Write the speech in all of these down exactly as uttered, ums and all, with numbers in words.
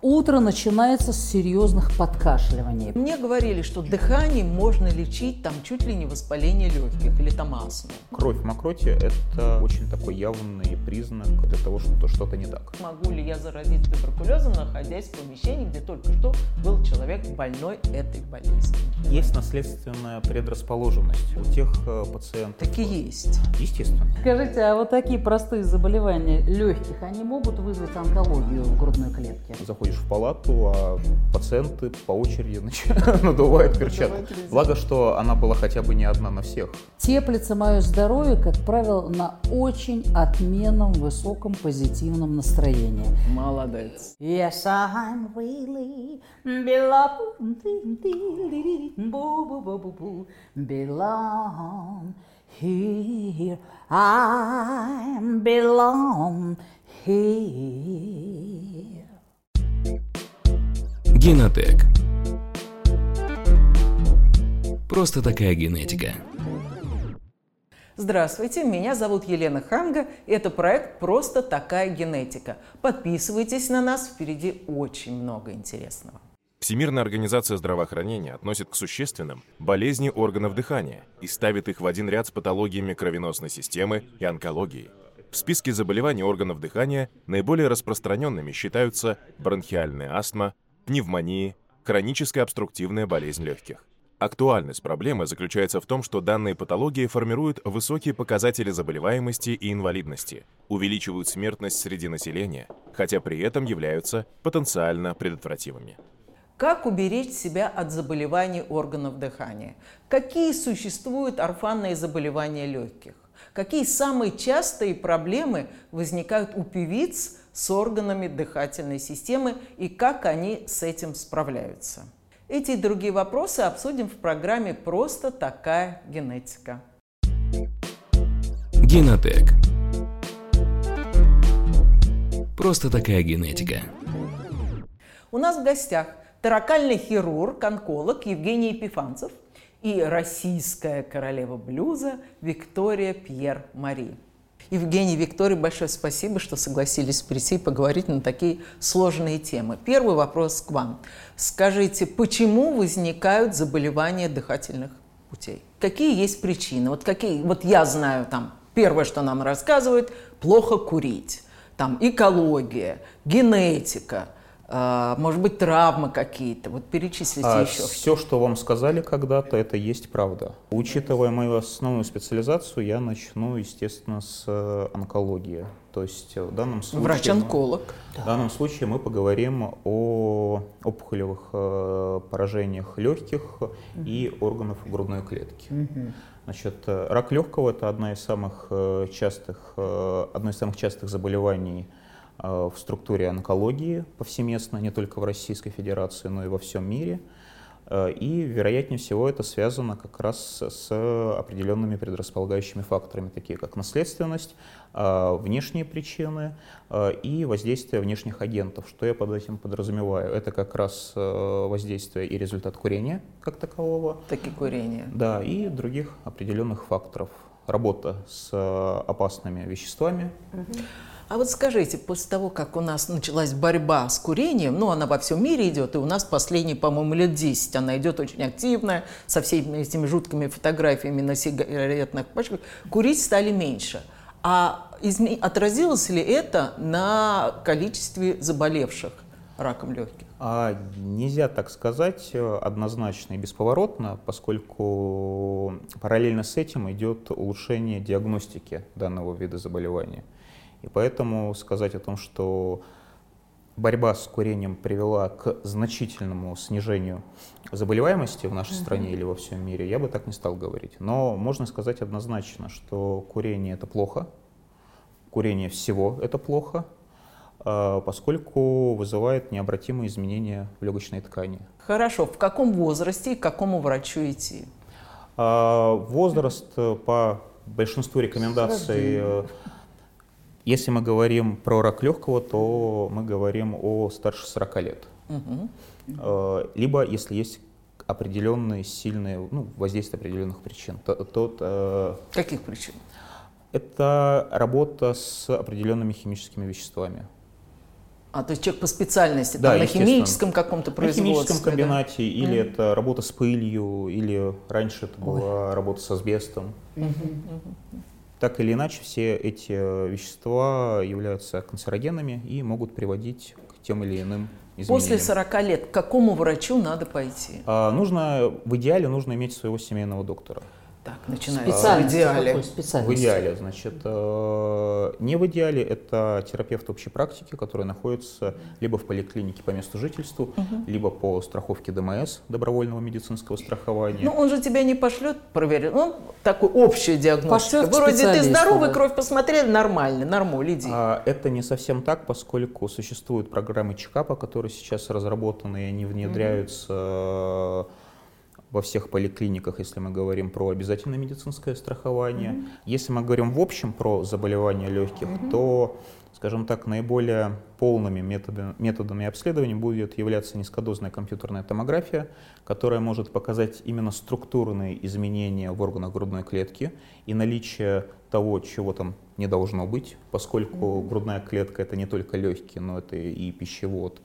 Утро начинается с серьезных подкашливаний. Мне говорили, что дыханием можно лечить там чуть ли не воспаление легких или там астму. Кровь в мокроте – это очень такой явный признак для того, что что-то не так. Могу ли я заразиться туберкулезом, находясь в помещении, где только что был человек больной этой болезнью? Есть наследственная предрасположенность у тех пациентов. Так и есть. Естественно. Скажите, а вот такие простые заболевания легких, они могут вызвать онкологию в грудной клетке? Заходишь в палату, а пациенты по очереди надувают перчатки. Благо, что она была хотя бы не одна на всех. Теплится мое здоровье, как правило, на очень отменном, высоком, позитивном настроении. Молодец. Yes, I'm really belong, belong here. I belong here. Генотек. Просто такая генетика. Здравствуйте, меня зовут Елена Ханга, и это проект «Просто такая генетика». Подписывайтесь на нас, впереди очень много интересного. Всемирная организация здравоохранения относит к существенным болезни органов дыхания и ставит их в один ряд с патологиями кровеносной системы и онкологией. В списке заболеваний органов дыхания наиболее распространенными считаются бронхиальная астма, пневмонии, хроническая обструктивная болезнь легких. Актуальность проблемы заключается в том, что данные патологии формируют высокие показатели заболеваемости и инвалидности, увеличивают смертность среди населения, хотя при этом являются потенциально предотвратимыми. Как уберечь себя от заболеваний органов дыхания? Какие существуют орфанные заболевания легких? Какие самые частые проблемы возникают у певиц с органами дыхательной системы и как они с этим справляются? Эти и другие вопросы обсудим в программе «Просто такая генетика». Генотек. Просто такая генетика. У нас в гостях таракальный хирург, онколог Евгений Епифанцев и российская королева блюза Виктория Пьер-Мари. Евгений, Виктория, большое спасибо, что согласились прийти и поговорить на такие сложные темы. Первый вопрос к вам. Скажите, почему возникают заболевания дыхательных путей? Какие есть причины? Вот, какие, вот я знаю, там, первое, что нам рассказывают, плохо курить. Там экология, генетика, э, может быть, травмы какие-то. Вот перечислите а еще. Все, что вам сказали когда-то, это есть правда. Учитывая мою основную специализацию, я начну, естественно, с онкологии. То есть в данном случае... Врач-онколог. В данном случае мы поговорим о опухолевых э, поражениях легких угу. и органов грудной клетки. Угу. Значит, рак легкого – это одна из самых частых, одно из самых частых заболеваний в структуре онкологии повсеместно, не только в Российской Федерации, но и во всем мире. И, вероятнее всего, это связано как раз с определенными предрасполагающими факторами, такие как наследственность, внешние причины и воздействие внешних агентов. Что я под этим подразумеваю? Это как раз воздействие и результат курения как такового. Так и курение. Да, и других определенных факторов. Работа с опасными веществами. Угу. А вот скажите, после того, как у нас началась борьба с курением, ну, она во всем мире идет, и у нас последние, по-моему, лет десять она идет очень активная, со всеми этими жуткими фотографиями на сигаретных пачках, курить стали меньше. А изме... отразилось ли это на количестве заболевших раком легких? А нельзя так сказать однозначно и бесповоротно, поскольку параллельно с этим идет улучшение диагностики данного вида заболевания. И поэтому сказать о том, что борьба с курением привела к значительному снижению заболеваемости в нашей uh-huh. стране или во всем мире, я бы так не стал говорить. Но можно сказать однозначно, что курение – это плохо, курение всего – это плохо, поскольку вызывает необратимые изменения в легочной ткани. Хорошо. В каком возрасте и к какому врачу идти? Возраст по большинству рекомендаций... Если мы говорим про рак легкого, то мы говорим о старше сорока лет. Угу. Либо, если есть определенные сильные, ну, воздействие определенных причин. То, то, Каких причин? Это работа с определенными химическими веществами. А, то есть человек по специальности, Да, там, на естественно. химическом каком-то На производстве. химическом да? комбинате, или Мгм. это работа с пылью, или раньше это была работа с асбестом. Так или иначе, все эти вещества являются канцерогенами и могут приводить к тем или иным изменениям. После сорока лет к какому врачу надо пойти? А, нужно, в идеале нужно иметь своего семейного доктора. Так, начинается в Специальность идеале. какой В специальность? идеале, значит, э, не в идеале, это терапевт общей практики, который находится либо в поликлинике по месту жительства, либо по страховке ДМС, добровольного медицинского страхования. Ну, он же тебя не пошлет проверить. Ну, такой общая диагностика. Пошлет к Вроде ты специалисту, здоровый, да. кровь посмотрели, нормально, нормуль, иди. А это не совсем так, поскольку существуют программы чекапа, которые сейчас разработаны, и они внедряются во всех поликлиниках, если мы говорим про обязательное медицинское страхование. Mm-hmm. Если мы говорим в общем про заболевания легких, mm-hmm. то, скажем так, наиболее полными методами, методами обследования будет являться низкодозная компьютерная томография, которая может показать именно структурные изменения в органах грудной клетки и наличие того, чего там не должно быть, поскольку mm-hmm. грудная клетка — это не только легкие, но это и пищевод,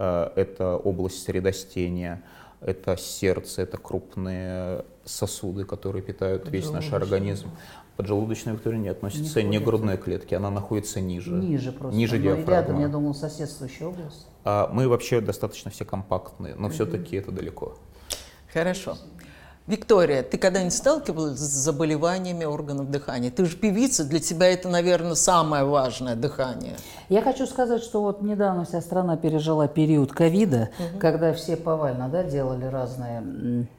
это область средостения, это сердце, это крупные сосуды, которые питают весь наш организм. Поджелудочная Виктория не относится не, не к грудной клетке, она находится ниже. Ниже просто. Ниже но диафрагмы. Рядом, я думал, соседствующая область. А мы вообще достаточно все компактные, но mm-hmm. все-таки это далеко. Хорошо. Виктория, ты когда-нибудь сталкивалась с заболеваниями органов дыхания? Ты же певица, для тебя это, наверное, самое важное дыхание. Я хочу сказать, что вот недавно вся страна пережила период ковида, угу. когда все повально, да, делали разные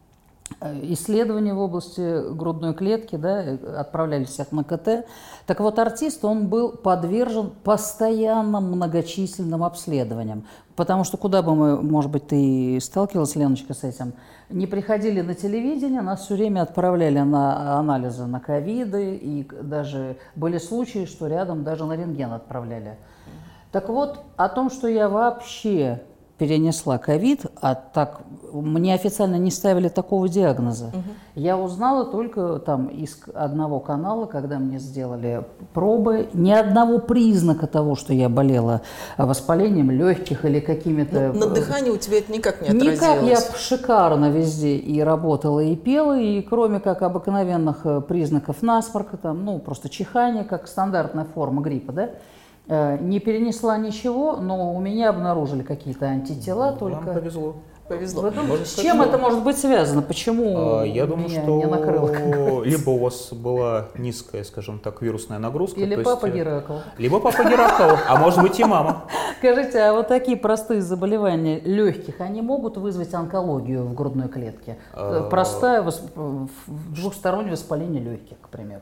исследования в области грудной клетки, да, отправляли всех на КТ. Так вот, артист, он был подвержен постоянным многочисленным обследованиям. Потому что куда бы мы, может быть, ты сталкивалась, Леночка, с этим, не приходили на телевидение, нас все время отправляли на анализы на ковиды, и даже были случаи, что рядом даже на рентген отправляли. Так вот, о том, что я вообще перенесла ковид, а так мне официально не ставили такого диагноза. Угу. Я узнала только там из одного канала, когда мне сделали пробы, ни одного признака того, что я болела воспалением легких или какими-то... Ну, на дыхании у тебя это никак не отразилось? Никак, я шикарно везде и работала, и пела, и кроме как обыкновенных признаков насморка, там, ну, просто чихание, как стандартная форма гриппа, да, не перенесла ничего, но у меня обнаружили какие-то антитела. Вам только... повезло. Повезло. Вы думаете, с чем это может быть связано? Почему а, я думаю, меня что не накрыло? Либо у вас была низкая, скажем так, вирусная нагрузка. Или то папа есть, Геракл. Либо папа Геракл, а может быть и мама. Скажите, а вот такие простые заболевания легких, они могут вызвать онкологию в грудной клетке? Простое восп... двухстороннее воспаление легких, к примеру.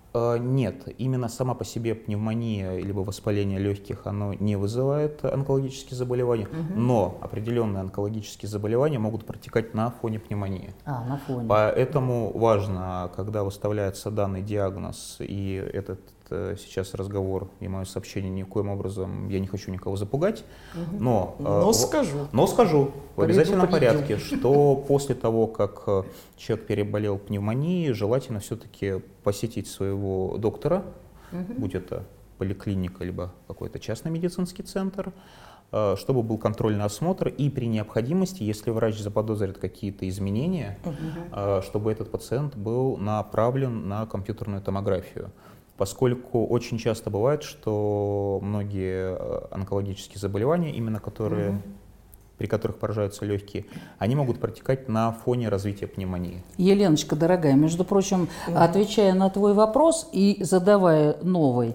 Нет, именно сама по себе пневмония либо воспаление легких, оно не вызывает онкологические заболевания, угу. но определенные онкологические заболевания могут протекать на фоне пневмонии. А, на фоне. Поэтому важно, когда выставляется данный диагноз, и этот сейчас разговор и мое сообщение никоим образом, я не хочу никого запугать, угу. но, но э, скажу, но скажу в обязательном приду. порядке, что после того, как человек переболел пневмонией, желательно все-таки посетить своего доктора, угу. будь это поликлиника, либо какой-то частный медицинский центр, чтобы был контрольный осмотр, и при необходимости, если врач заподозрит какие-то изменения, угу. чтобы этот пациент был направлен на компьютерную томографию. Поскольку очень часто бывает, что многие онкологические заболевания, именно которые, угу. при которых поражаются легкие, они могут протекать на фоне развития пневмонии. Еленочка, дорогая, между прочим, угу. отвечая на твой вопрос и задавая новый,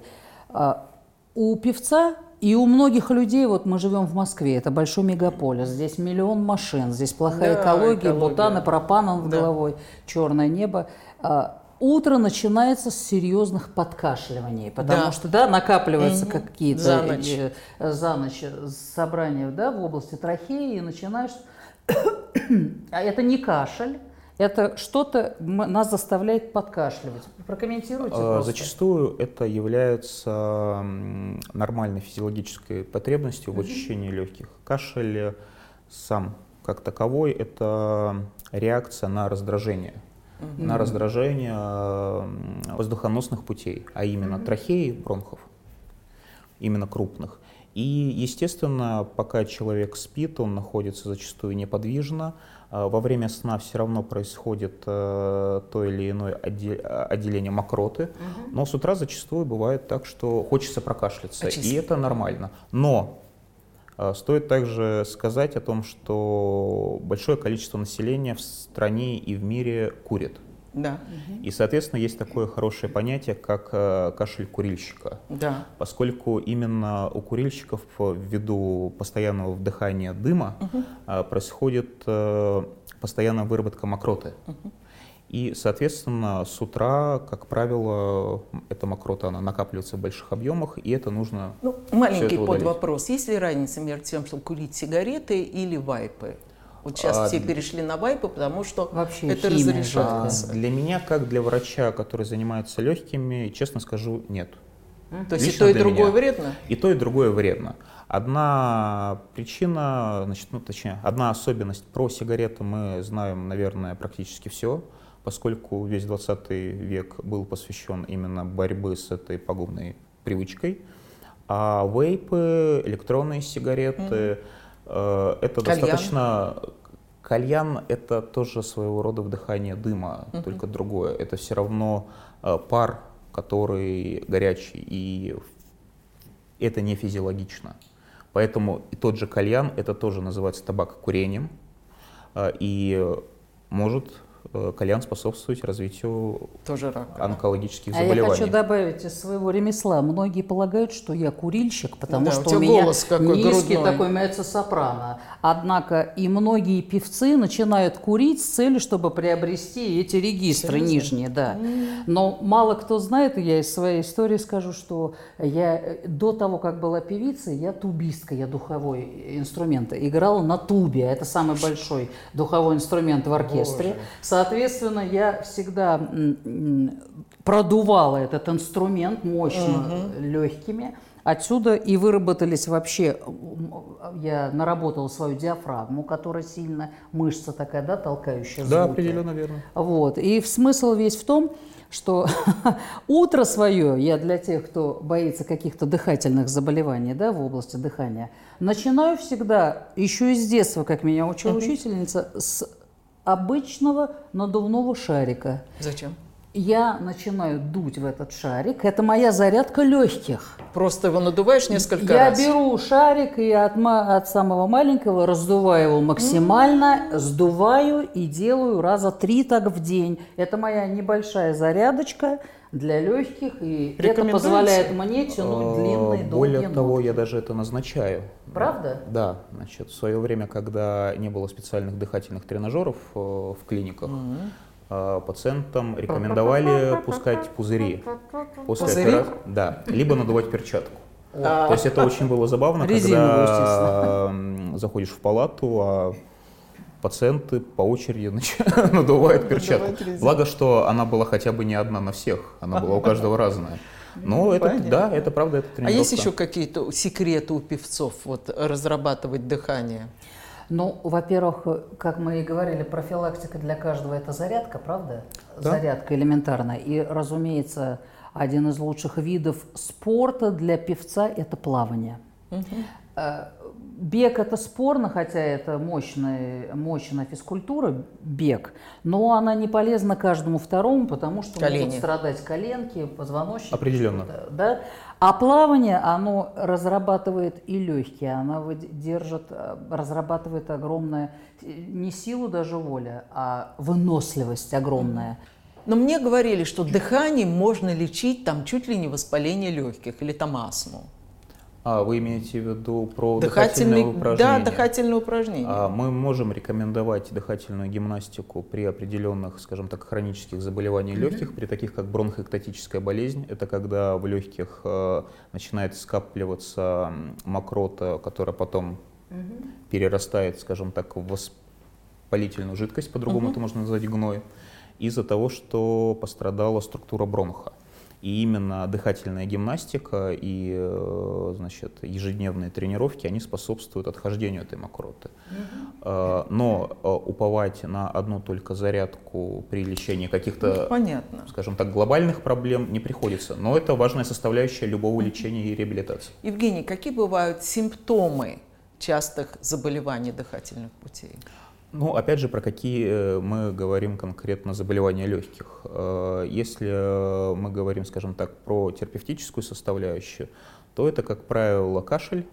у певца и у многих людей, вот мы живем в Москве, это большой мегаполис, здесь миллион машин, здесь плохая да, экология, экология, бутан и пропан над да. головой, черное небо. Утро начинается с серьезных подкашливаний, потому да. что да, накапливаются угу. какие-то за ночь. э, за ночь собрания да, в области трахеи, и начинаешь... А это не кашель, это что-то нас заставляет подкашливать. Прокомментируйте просто. Зачастую это является нормальной физиологической потребностью в очищении угу. легких. Кашель сам как таковой – это реакция на раздражение. Mm-hmm. на раздражение воздухоносных путей, а именно mm-hmm. трахеи, бронхов, именно крупных. И, естественно, пока человек спит, он находится зачастую неподвижно. Во время сна все равно происходит э, то или иное отделение мокроты, угу. но с утра зачастую бывает так, что хочется прокашляться, Очистить. И это нормально. Но э, стоит также сказать о том, что большое количество населения в стране и в мире курит. Да. И, соответственно, есть такое хорошее понятие, как э, кашель курильщика. Да. Поскольку именно у курильщиков ввиду постоянного вдыхания дыма угу. э, происходит э, постоянная выработка мокроты. Угу. И, соответственно, с утра, как правило, эта мокрота она накапливается в больших объемах, и это нужно. Ну, маленький подвопрос. Есть ли разница между тем, что курить сигареты или вайпы? Вот сейчас а, все перешли на вайпы, потому что вообще это химия, разрешается. Да. Для меня, как для врача, который занимается легкими, честно скажу, нет. То есть Лично и то, и другое меня. вредно? И то, и другое вредно. Одна причина, значит, ну, точнее, одна особенность про сигареты мы знаем, наверное, практически все, поскольку весь двадцатый век был посвящен именно борьбе с этой пагубной привычкой. А вейпы, электронные сигареты, mm-hmm. это Кальян. достаточно... Кальян — это тоже своего рода вдыхание дыма, mm-hmm. только другое. Это все равно пар, который горячий, и это не физиологично. Поэтому и тот же кальян, это тоже называется табакокурением, и может кальян способствовать развитию тоже рака, онкологических да. заболеваний. А я хочу добавить из своего ремесла. Многие полагают, что я курильщик, потому да, что у, у меня какой низкий грудной. такой меццо-сопрано. Однако и многие певцы начинают курить с целью, чтобы приобрести эти регистры Серьезно? Нижние. Да. Mm. Но мало кто знает, и я из своей истории скажу, что я до того, как была певицей, я тубистка, я духовой инструмент. Играла на тубе. Это самый большой духовой инструмент в оркестре. Боже. Соответственно, я всегда продувала этот инструмент мощно, угу. легкими. Отсюда и выработались вообще, я наработала свою диафрагму, которая сильно, мышца такая, да, толкающая звуки. Да, определенно верно. Вот. И смысл весь в том, что утро свое, я для тех, кто боится каких-то дыхательных заболеваний, да, в области дыхания, начинаю всегда, еще и с детства, как меня учила угу. учительница, с обычного надувного шарика. Зачем? Я начинаю дуть в этот шарик. Это моя зарядка легких. Просто его надуваешь несколько я раз? Я беру шарик и от, от самого маленького раздуваю его максимально, mm-hmm. сдуваю и делаю раза три так в день. Это моя небольшая зарядочка для легких, и это позволяет мне тянуть длинные долгие Более ноги. того, я даже это назначаю. Правда? Да. Значит, в свое время, когда не было специальных дыхательных тренажеров в клиниках, mm-hmm. пациентам рекомендовали пускать пузыри после пузыри? операции, да, либо надувать перчатку. А. То есть это очень было забавно, когда заходишь в палату, а пациенты по очереди надувают перчатку. Благо, что она была хотя бы не одна на всех, она была у каждого разная. Но это, да, это правда, это тренировка. А есть еще какие-то секреты у певцов, вот, разрабатывать дыхание? Ну, во-первых, как мы и говорили, профилактика для каждого – это зарядка, правда? Да. Зарядка элементарная. И, разумеется, один из лучших видов спорта для певца – это плавание. Угу. Бег – это спорно, хотя это мощная, мощная физкультура, бег, но она не полезна каждому второму, потому что Колени. могут страдать коленки, позвоночник. Определенно. Да? А плавание, оно разрабатывает и легкие, оно держит, разрабатывает огромное, не силу даже воля, а выносливость огромная. Но мне говорили, что дыханием можно лечить там чуть ли не воспаление легких или там астму. А, вы имеете в виду про Дыхательный, дыхательные упражнения? Да, дыхательные упражнения. А, мы можем рекомендовать дыхательную гимнастику при определенных, скажем так, хронических заболеваниях mm-hmm. легких, при таких как бронхоэктатическая болезнь. Это когда в легких э, начинает скапливаться мокрота, которая потом mm-hmm. перерастает, скажем так, в воспалительную жидкость, по-другому mm-hmm. это можно назвать гной, из-за того, что пострадала структура бронха. И именно дыхательная гимнастика и значит, ежедневные тренировки, они способствуют отхождению этой мокроты. Mm-hmm. Но уповать на одну только зарядку при лечении каких-то, ну, скажем так, глобальных проблем не приходится. Но это важная составляющая любого лечения и реабилитации. Евгений, какие бывают симптомы частых заболеваний дыхательных путей? Ну, опять же, про какие мы говорим конкретно заболевания легких. Если мы говорим, скажем так, про терапевтическую составляющую, то это, как правило, кашель,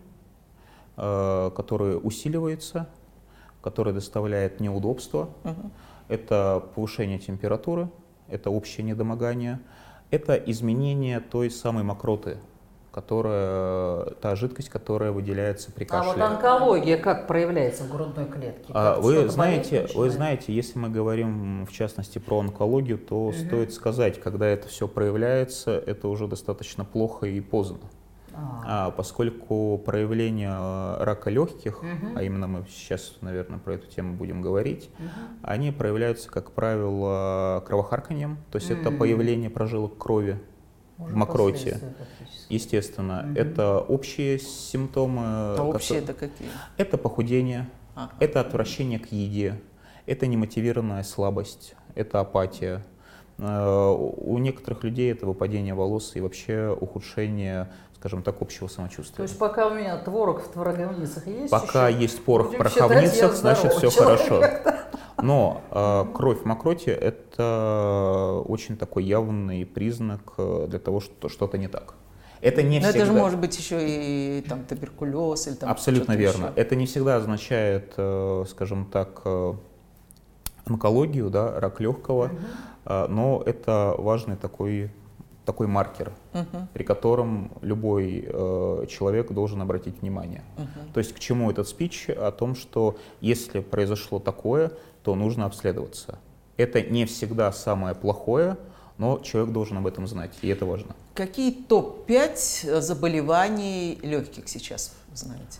который усиливается, который доставляет неудобства. Угу. Это повышение температуры, это общее недомогание, это изменение той самой мокроты, которая, та жидкость, которая выделяется при кашле. А вот онкология как проявляется в грудной клетке? А, вы, знаете, вы знаете, если мы говорим в частности про онкологию, то угу. стоит сказать, когда это все проявляется, это уже достаточно плохо и поздно. А. А, поскольку проявление рака легких, угу. а именно мы сейчас, наверное, про эту тему будем говорить, угу. они проявляются, как правило, кровохарканьем, то есть угу. это появление прожилок крови в мокроте. Естественно, угу. это общие симптомы. А общие это какие? Это похудение, ага. это отвращение к еде, это немотивированная слабость, это апатия. У некоторых людей это выпадение волос и вообще ухудшение, скажем так, общего самочувствия. То есть пока у меня творог в творогомницах есть? Пока еще, есть порох в пороховницах, значит все хорошо. Но э, кровь в мокроте – это очень такой явный признак для того, что что-то не так. Это не Но всегда... это же может быть еще и там, туберкулез или там Абсолютно верно. Еще. Это не всегда означает, э, скажем так, э, онкологию, да, рак легкого, угу. э, но это важный такой, такой маркер, угу. при котором любой э, человек должен обратить внимание. Угу. То есть к чему этот спич? О том, что если произошло такое, то нужно обследоваться. Это не всегда самое плохое, но человек должен об этом знать, и это важно. Какие топ пять заболеваний легких сейчас вы знаете?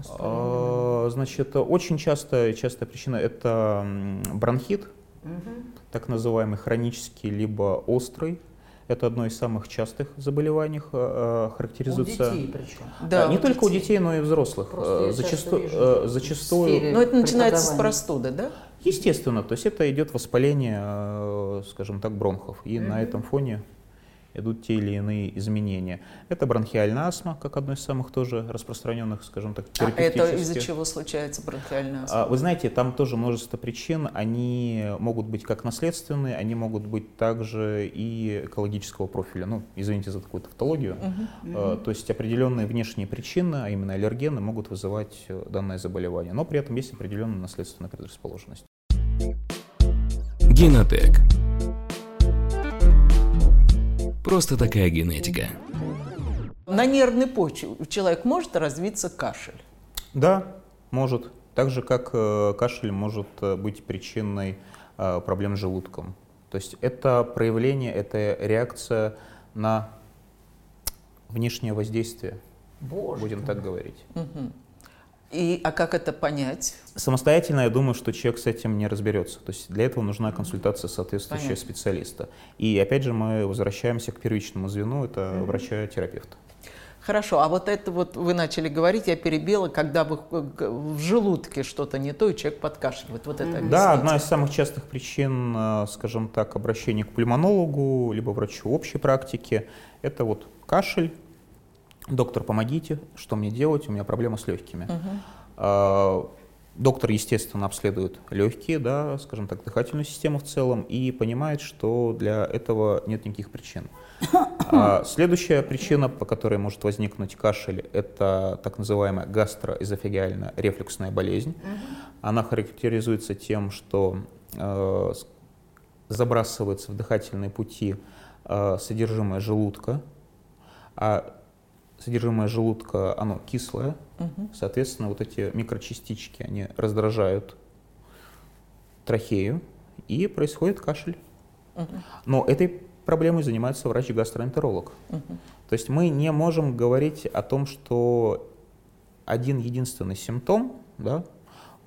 А, значит, очень часто, частая причина – это бронхит, угу. так называемый хронический либо острый. Это одно из самых частых заболеваний, характеризуется. У детей причем. Да, не только детей. у детей, но и взрослых. Зачастую. зачастую но это начинается с простуды, да? Естественно, то есть это идет воспаление, скажем так, бронхов, и mm-hmm. на этом фоне идут те или иные изменения. Это бронхиальная астма, как одно из самых тоже распространенных, скажем так, терапевтических. А это из-за чего случается бронхиальная астма? Вы знаете, там тоже множество причин. Они могут быть как наследственные, они могут быть также и экологического профиля. Ну, извините за такую тавтологию. Uh-huh. Uh-huh. То есть определенные внешние причины, а именно аллергены, могут вызывать данное заболевание. Но при этом есть определенная наследственная предрасположенность. Генотек. Просто такая генетика. На нервной почве у человека может развиться кашель? Да, может. Так же, как э, кашель может быть причиной э, проблем с желудком. То есть это проявление, это реакция на внешнее воздействие, Боже будем ты. так говорить. Угу. И, а как это понять? Самостоятельно, я думаю, что человек с этим не разберется. То есть для этого нужна консультация соответствующего Понятно. специалиста. И опять же мы возвращаемся к первичному звену, это mm-hmm. врача-терапевта. Хорошо, а вот это вот вы начали говорить, я перебила, когда вы, в желудке что-то не то, и человек подкашливает. Вот это объясните. Да, одна из самых частых причин, скажем так, обращения к пульмонологу, либо врачу общей практики, это вот кашель. Доктор, помогите, что мне делать, у меня проблема с легкими. Uh-huh. Доктор, естественно, обследует легкие, да, скажем так, дыхательную систему в целом и понимает, что для этого нет никаких причин. А следующая причина, по которой может возникнуть кашель, это так называемая гастроэзофагеальная рефлюксная болезнь. Uh-huh. Она характеризуется тем, что э, забрасывается в дыхательные пути э, содержимое желудка, а содержимое желудка, оно кислое, угу. соответственно, вот эти микрочастички, они раздражают трахею, и происходит кашель. Угу. Но этой проблемой занимается врач-гастроэнтеролог. Угу. То есть мы не можем говорить о том, что один единственный симптом, да,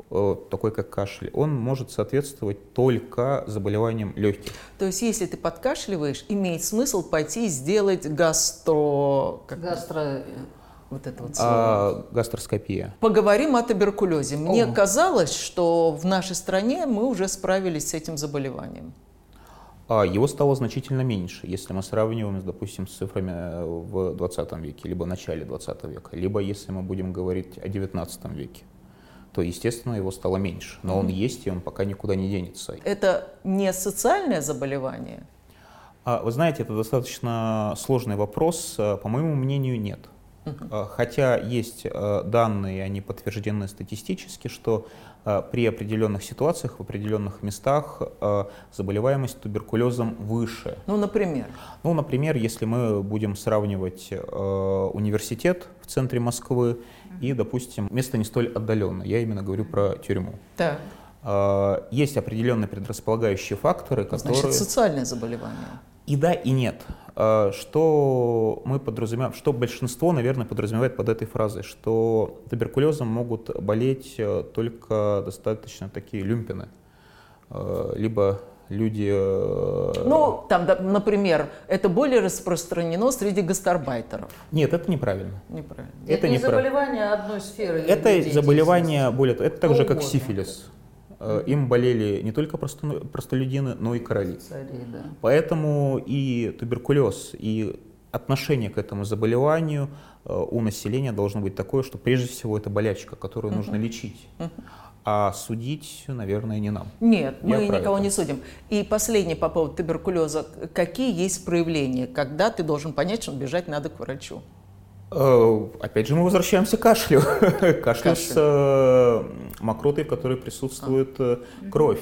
такой как кашель, он может соответствовать только заболеваниям легких. То есть, если ты подкашливаешь, имеет смысл пойти и сделать гастро... Как... Гастро... Вот это вот слово. А, гастроскопия. Поговорим о туберкулезе. Мне О. казалось, что в нашей стране мы уже справились с этим заболеванием. А его стало значительно меньше, если мы сравниваем, допустим, с цифрами в двадцатом веке, либо в начале двадцатого века, либо если мы будем говорить о девятнадцатом веке, то, естественно, его стало меньше. Но он есть, и он пока никуда не денется. Это не социальное заболевание? А, вы знаете, это достаточно сложный вопрос. По моему мнению, нет. Хотя есть данные, они подтверждены статистически, что при определенных ситуациях, в определенных местах заболеваемость туберкулезом выше. Ну, например? Ну, например, если мы будем сравнивать университет в центре Москвы и, допустим, место не столь отдаленное, я именно говорю про тюрьму. Так. Есть определенные предрасполагающие факторы, которые... Значит, социальное заболевание. И да, и нет. Что мы подразумеваем, что большинство, наверное, подразумевает под этой фразой, что туберкулезом могут болеть только достаточно такие люмпины, либо люди... Ну, там, например, это более распространено среди гастарбайтеров. Нет, это неправильно. Неправильно. Это, Это не неправильно. заболевание одной сферы. Это заболевание, более того, это так же, как Угодно. сифилис. Им болели не только просту- простолюдины, но и короли. Цари, да. Поэтому и туберкулез, и отношение к этому заболеванию у населения должно быть такое, что прежде всего это болячка, которую нужно лечить. А судить, наверное, не нам. Нет, Я мы про никого это. не судим. И последнее по поводу туберкулеза. Какие есть проявления, когда ты должен понять, что бежать надо к врачу? Э, Опять же, мы возвращаемся к кашлю. Кашлю Кашель. с э, мокротой, в которой присутствует э, кровь.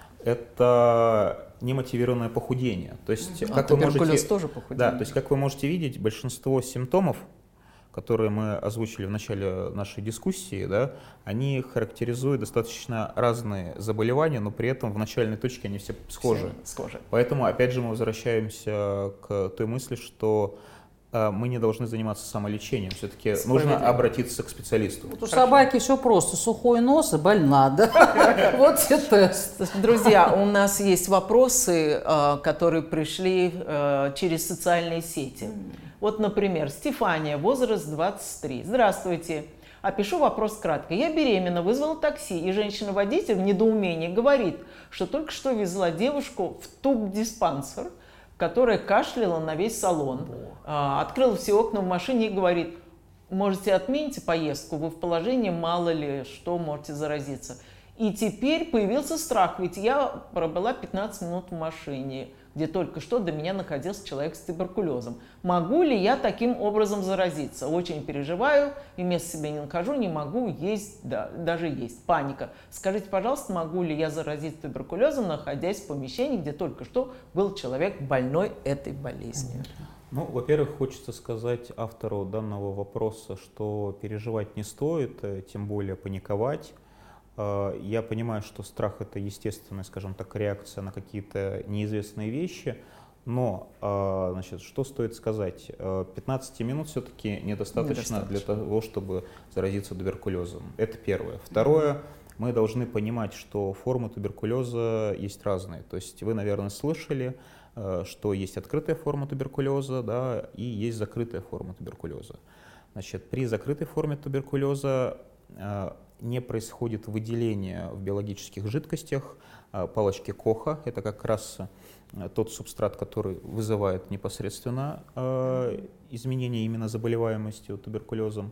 Это немотивированное похудение. То есть, А как вы туберкулез можете, тоже похудение? да, то есть, как вы можете видеть, большинство симптомов, которые мы озвучили в начале нашей дискуссии, да, они характеризуют достаточно разные заболевания, но при этом в начальной точке они все схожи. Все схожи. Поэтому, опять же, мы возвращаемся к той мысли, что э, мы не должны заниматься самолечением. Все-таки нужно Справедливо. обратиться к специалисту. Вот у собаки все просто. Сухой нос и больна, да? Вот все тест. Друзья, у нас есть вопросы, э, которые пришли э, через социальные сети. Вот, например, Стефания, возраст двадцать три. Здравствуйте. Опишу вопрос кратко. Я беременна, вызвала такси, и женщина-водитель в недоумении говорит, что только что везла девушку в тубдиспансер, которая кашляла на весь салон. А, открыла все окна в машине и говорит: можете отменить поездку, вы в положении, мало ли что, можете заразиться. И теперь появился страх, ведь я пробыла пятнадцать минут в машине, где только что до меня находился человек с туберкулезом. Могу ли я таким образом заразиться? Очень переживаю, и места себе не нахожу, не могу есть, да, даже есть. Паника. Скажите, пожалуйста, могу ли я заразиться туберкулезом, находясь в помещении, где только что был человек больной этой болезнью? Ну, во-первых, хочется сказать автору данного вопроса, что переживать не стоит, тем более паниковать. Я понимаю, что страх — это естественная, скажем так, реакция на какие-то неизвестные вещи, но, значит, что стоит сказать? пятнадцать минут все-таки недостаточно, недостаточно для того, чтобы заразиться туберкулезом. Это первое. Второе, мы должны понимать, что формы туберкулеза есть разные. То есть вы, наверное, слышали, что есть открытая форма туберкулеза, да, и есть закрытая форма туберкулеза. Значит, при закрытой форме туберкулеза не происходит выделение в биологических жидкостях палочки Коха. Это как раз тот субстрат, который вызывает непосредственно изменение именно заболеваемости туберкулезом.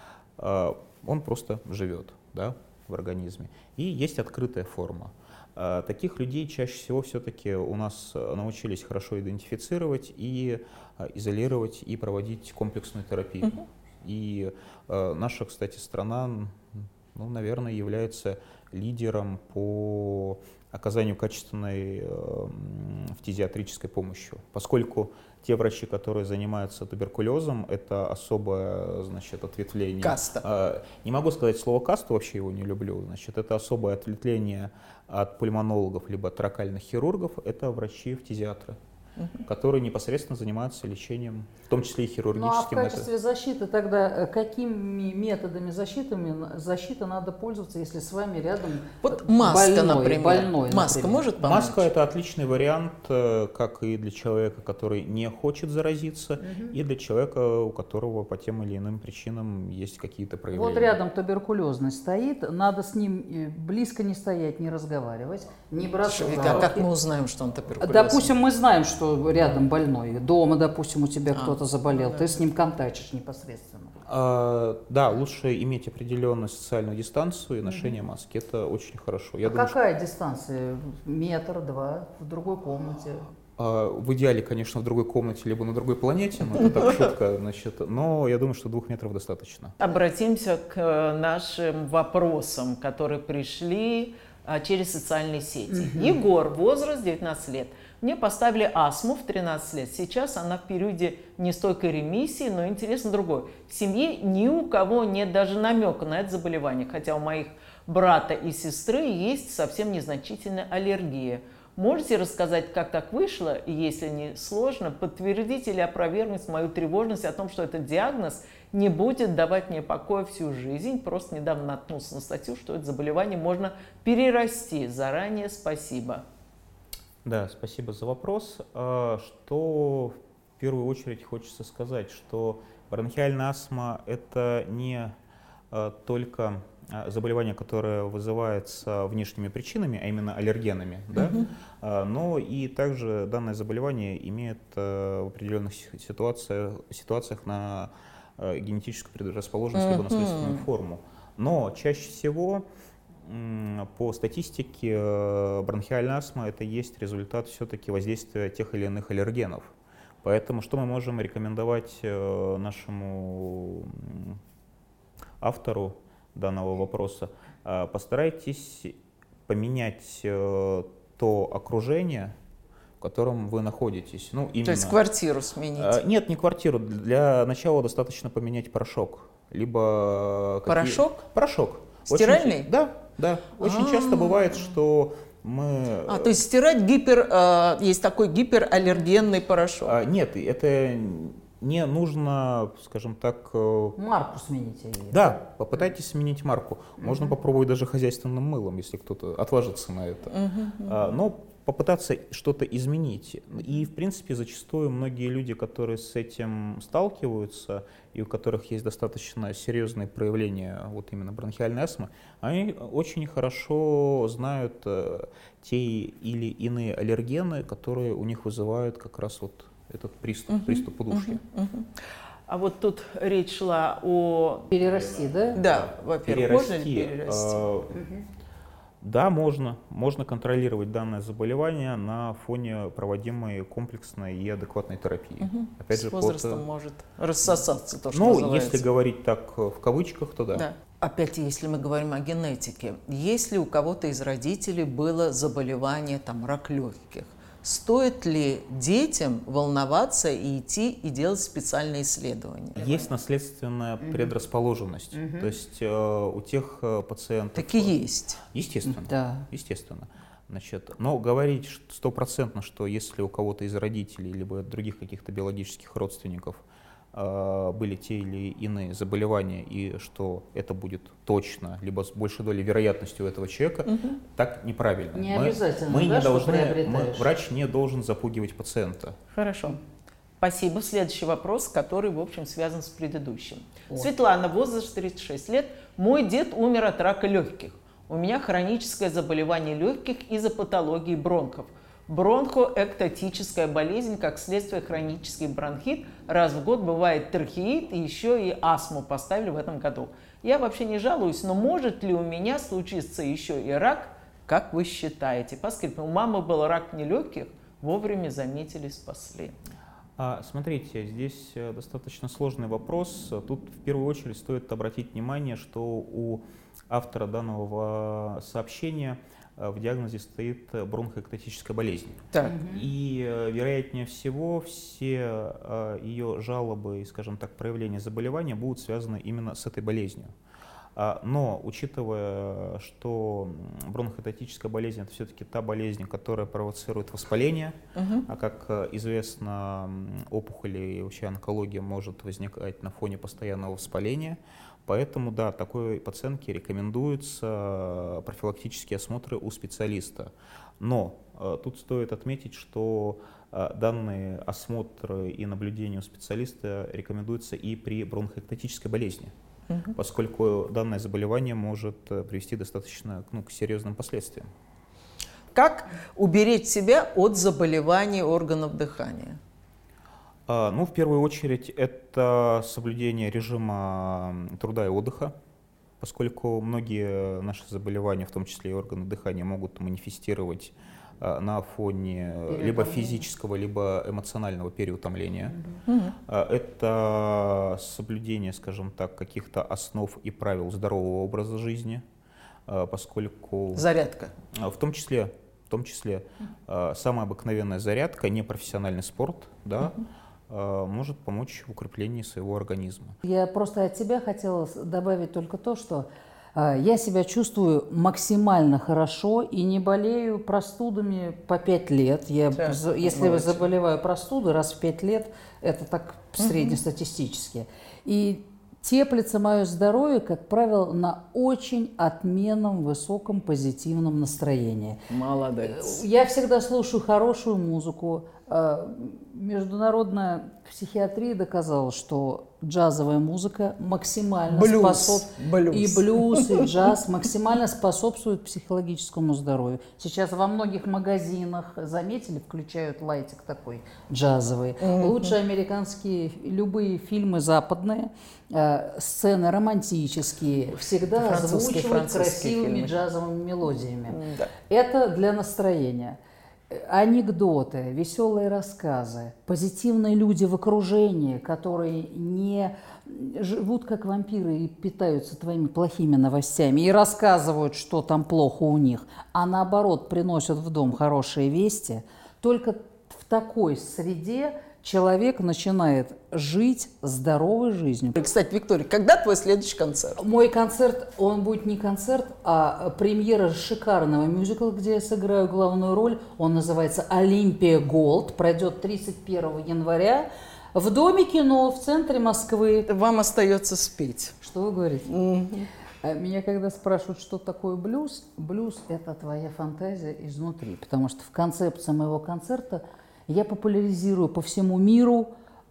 Он просто живет, да, в организме. И есть открытая форма. Таких людей чаще всего все-таки у нас научились хорошо идентифицировать и изолировать, и проводить комплексную терапию. Mm-hmm. И наша, кстати, страна, ну, наверное, является лидером по оказанию качественной э, фтизиатрической помощи, поскольку те врачи, которые занимаются туберкулезом, это особое, значит, ответвление. Каста. Э, не могу сказать слово каста, вообще его не люблю. Значит, это особое ответвление от пульмонологов либо от торакальных хирургов, это врачи-фтизиатры. угу. которые непосредственно занимаются лечением, в том числе и хирургическим. Ну а в качестве методом. защиты тогда какими методами защиты, защиты надо пользоваться, если с вами рядом вот маска, больной, например. больной, маска например. может помочь? Маска – это отличный вариант, как и для человека, который не хочет заразиться, угу. и для человека, у которого по тем или иным причинам есть какие-то проявления. Вот рядом туберкулезный стоит, надо с ним близко не стоять, не разговаривать, не браться за руки. А как мы узнаем, что он туберкулезный? Допустим, мы знаем, что рядом больной, дома, допустим, у тебя а, кто-то заболел, да. ты с ним контактишь непосредственно. А, да, лучше иметь определенную социальную дистанцию и ношение угу. маски, это очень хорошо. Я а думаю, какая что... дистанция? Метр, два, в другой комнате? В идеале, конечно, в другой комнате, либо на другой планете, но это так шутка, значит, но я думаю, что двух метров достаточно. Обратимся к нашим вопросам, которые пришли через социальные сети. Mm-hmm. Егор, возраст девятнадцать лет. Мне поставили астму в тринадцать лет. Сейчас она в периоде нестойкой ремиссии, но интересно другое. В семье ни у кого нет даже намека на это заболевание, хотя у моих брата и сестры есть совсем незначительная аллергия. Можете рассказать, как так вышло, и если не сложно, подтвердить или опровергнуть мою тревожность о том, что этот диагноз не будет давать мне покоя всю жизнь? Просто недавно наткнулся на статью, что это заболевание можно перерасти. Заранее спасибо. Да, спасибо за вопрос. Что в первую очередь хочется сказать, что бронхиальная астма – это не только заболевание, которое вызывается внешними причинами, а именно аллергенами, да? uh-huh. но и также данное заболевание имеет в определенных ситуациях, ситуациях на генетическую предрасположенность uh-huh. либо наследственную форму. Но чаще всего по статистике бронхиальная астма это есть результат все-таки воздействия тех или иных аллергенов. Поэтому что мы можем рекомендовать нашему автору данного вопроса? Постарайтесь поменять то окружение, в котором вы находитесь. Ну, именно. То есть квартиру сменить? Нет, не квартиру. Для начала достаточно поменять порошок. Либо порошок? Какие... Порошок. Стиральный? Очень... Да, да. Очень А-а-а. часто бывает, что мы... А, то есть стирать гипер... Э, есть такой гипераллергенный порошок? А, нет, это... Не нужно, скажем так... Марку смените. Да, попытайтесь сменить марку. Можно uh-huh. попробовать даже хозяйственным мылом, если кто-то отважится на это. Uh-huh. А, но попытаться что-то изменить. И, в принципе, зачастую многие люди, которые с этим сталкиваются, и у которых есть достаточно серьезные проявления вот именно бронхиальной астмы, они очень хорошо знают э, те или иные аллергены, которые у них вызывают как раз вот этот приступ, uh-huh, приступ удушья. Uh-huh, uh-huh. А вот тут речь шла о... Перерасти, да? Да, во-первых, можно ли перерасти? Э, uh-huh. Да, можно. Можно контролировать данное заболевание на фоне проводимой комплексной и адекватной терапии. Uh-huh. Опять С же, возрастом под... может рассосаться то, что ну, называется. Если говорить так в кавычках, то да. да. Опять, если мы говорим о генетике, если у кого-то из родителей было заболевание, там, рак легких, стоит ли детям волноваться и идти и делать специальные исследования? Есть наследственная mm-hmm. предрасположенность. Mm-hmm. То есть э, у тех э, пациентов... Так и есть. Естественно. Да. Естественно. Значит, но говорить стопроцентно, что если у кого-то из родителей либо других каких-то биологических родственников э, были те или иные заболевания, и что это будет точно, либо с большей долей вероятности у этого человека, угу. так неправильно. Не мы, обязательно, мы да, не должны, мы, врач не должен запугивать пациента. Хорошо. Спасибо. Следующий вопрос, который, в общем, связан с предыдущим. О. Светлана, возраст тридцать шесть лет. Мой дед умер от рака легких. У меня хроническое заболевание легких из-за патологии бронхов. Бронхоэктатическая болезнь, как следствие хронический бронхит. Раз в год бывает трахеит, и еще и астму поставили в этом году. Я вообще не жалуюсь, но может ли у меня случиться еще и рак, как вы считаете? Поскольку у мамы был рак нелегких, вовремя заметили, спасли. А, смотрите, здесь достаточно сложный вопрос. Тут в первую очередь стоит обратить внимание, что у автора данного сообщения в диагнозе стоит бронхоэктатическая болезнь. Так. И, вероятнее всего, все ее жалобы и, скажем так, проявления заболевания будут связаны именно с этой болезнью. Но, учитывая, что бронхоэктатическая болезнь — это все-таки та болезнь, которая провоцирует воспаление, угу. а как известно, опухоли и вообще онкология может возникать на фоне постоянного воспаления, поэтому, да, такой пациентке рекомендуются профилактические осмотры у специалиста. Но тут стоит отметить, что данные осмотры и наблюдения у специалиста рекомендуются и при бронхоэктатической болезни, угу. поскольку данное заболевание может привести достаточно ну, к серьезным последствиям. Как уберечь себя от заболеваний органов дыхания? А, ну, в первую очередь, это соблюдение режима труда и отдыха, поскольку многие наши заболевания, в том числе и органы дыхания, могут манифестировать на фоне либо физического, либо эмоционального переутомления. Mm-hmm. Это соблюдение, скажем так, каких-то основ и правил здорового образа жизни, поскольку... Зарядка. В том числе, в том числе mm-hmm. самая обыкновенная зарядка, непрофессиональный спорт, да, mm-hmm. может помочь в укреплении своего организма. Я просто от тебя хотела добавить только то, что я себя чувствую максимально хорошо и не болею простудами по пять лет. Я, да, если я заболеваю простудой раз в пять лет, это так среднестатистически. Угу. И теплится мое здоровье, как правило, на очень отменном, высоком, позитивном настроении. Молодец. Я всегда слушаю хорошую музыку. Международная психиатрия доказала, что джазовая музыка максимально способствует, и блюз, и джаз максимально способствует психологическому здоровью. Сейчас во многих магазинах, заметили, включают лайтик такой джазовый. Mm-hmm. Лучше американские, любые фильмы западные, э, сцены романтические, всегда озвучивают красивыми фильмы. Джазовыми мелодиями. Mm-hmm. Это для настроения. Анекдоты, веселые рассказы, позитивные люди в окружении, которые не живут как вампиры и питаются твоими плохими новостями и рассказывают, что там плохо у них, а наоборот приносят в дом хорошие вести, только в такой среде человек начинает жить здоровой жизнью. Кстати, Виктория, когда твой следующий концерт? Мой концерт, он будет не концерт, а премьера шикарного мюзикла, где я сыграю главную роль. Он называется «Олимпия Голд», пройдет тридцать первого января в Доме кино в центре Москвы. Вам остается спеть. Что вы говорите? Mm-hmm. Меня когда спрашивают, что такое блюз, блюз – это твоя фантазия изнутри, потому что в концепции моего концерта я популяризирую по всему миру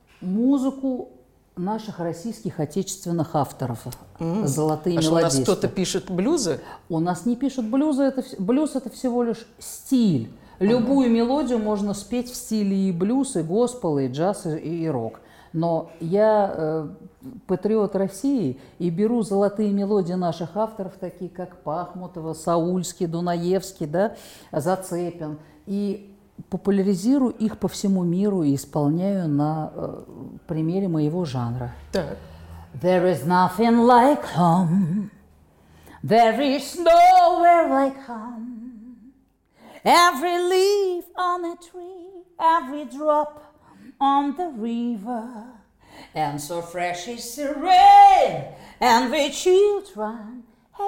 музыку наших российских отечественных авторов. Mm. Золотые а мелодисты. Что, у нас кто-то пишет блюзы? У нас не пишут блюзы. Это, блюз – это всего лишь стиль. Любую mm. мелодию можно спеть в стиле и блюз, и госпел, и джаз, и, и рок. Но я э, патриот России и беру золотые мелодии наших авторов, такие как Пахмутова, Саульский, Дунаевский, да, Зацепин, и популяризирую их по всему миру и исполняю на э, примере моего жанра. Так. There is nothing like home. There is nowhere like home. Every leaf on a tree, every drop on the river, and so fresh is the rain, and the children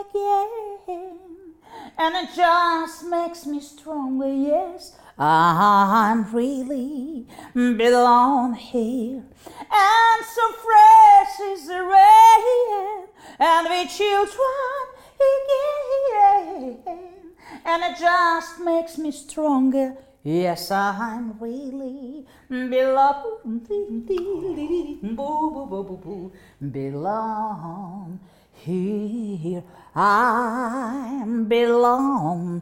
again, and it just makes me stronger, yes. I'm really belong here, and so fresh is the rain, and the children again, and it just makes me stronger. Yes, I'm really belong, belong here. I belong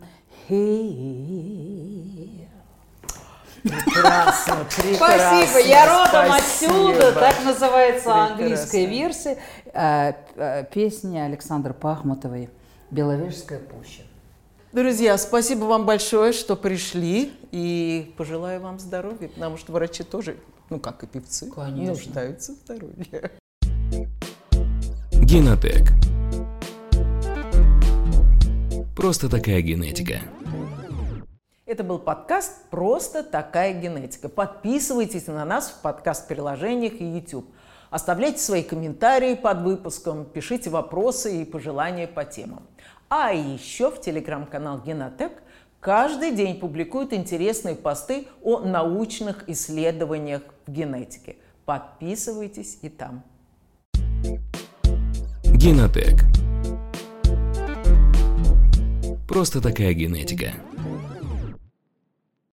here. Прекрасно, прекрасно. Спасибо, я родом спасибо. Отсюда, так называется Прекрасно. Английская версия э, э, песни Александры Пахмутовой «Беловежская пуща». Друзья, спасибо вам большое, что пришли, и пожелаю вам здоровья, потому что врачи тоже, ну как и певцы, конечно, нуждаются в здоровье. Генотек. Просто такая генетика. Это был подкаст «Просто такая генетика». Подписывайтесь на нас в подкаст-приложениях и YouTube. Оставляйте свои комментарии под выпуском, пишите вопросы и пожелания по темам. А еще в телеграм-канал Генотек каждый день публикуют интересные посты о научных исследованиях в генетике. Подписывайтесь и там. Генотек. Просто такая генетика.